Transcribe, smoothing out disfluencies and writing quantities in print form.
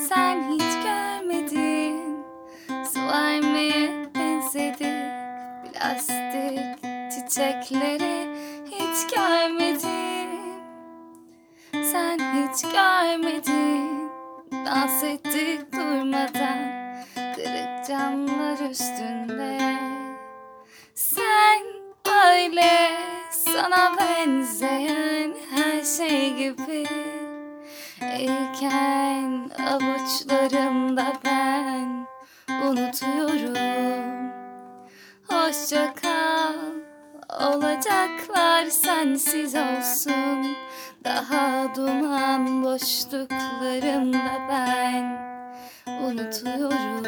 Sen hiç görmedin, su vermeye benzedik plastik çiçekleri hiç görmedin. Sen hiç görmedin, dans ettik durmadan kırık camlar üstünde. Sen öyle sana benzeyen her şey gibi iken avuçlarımda ben unutuyorum. Hoşça kal, olacaklar sensiz olsun. Daha duman boşluklarımda ben unutuyorum.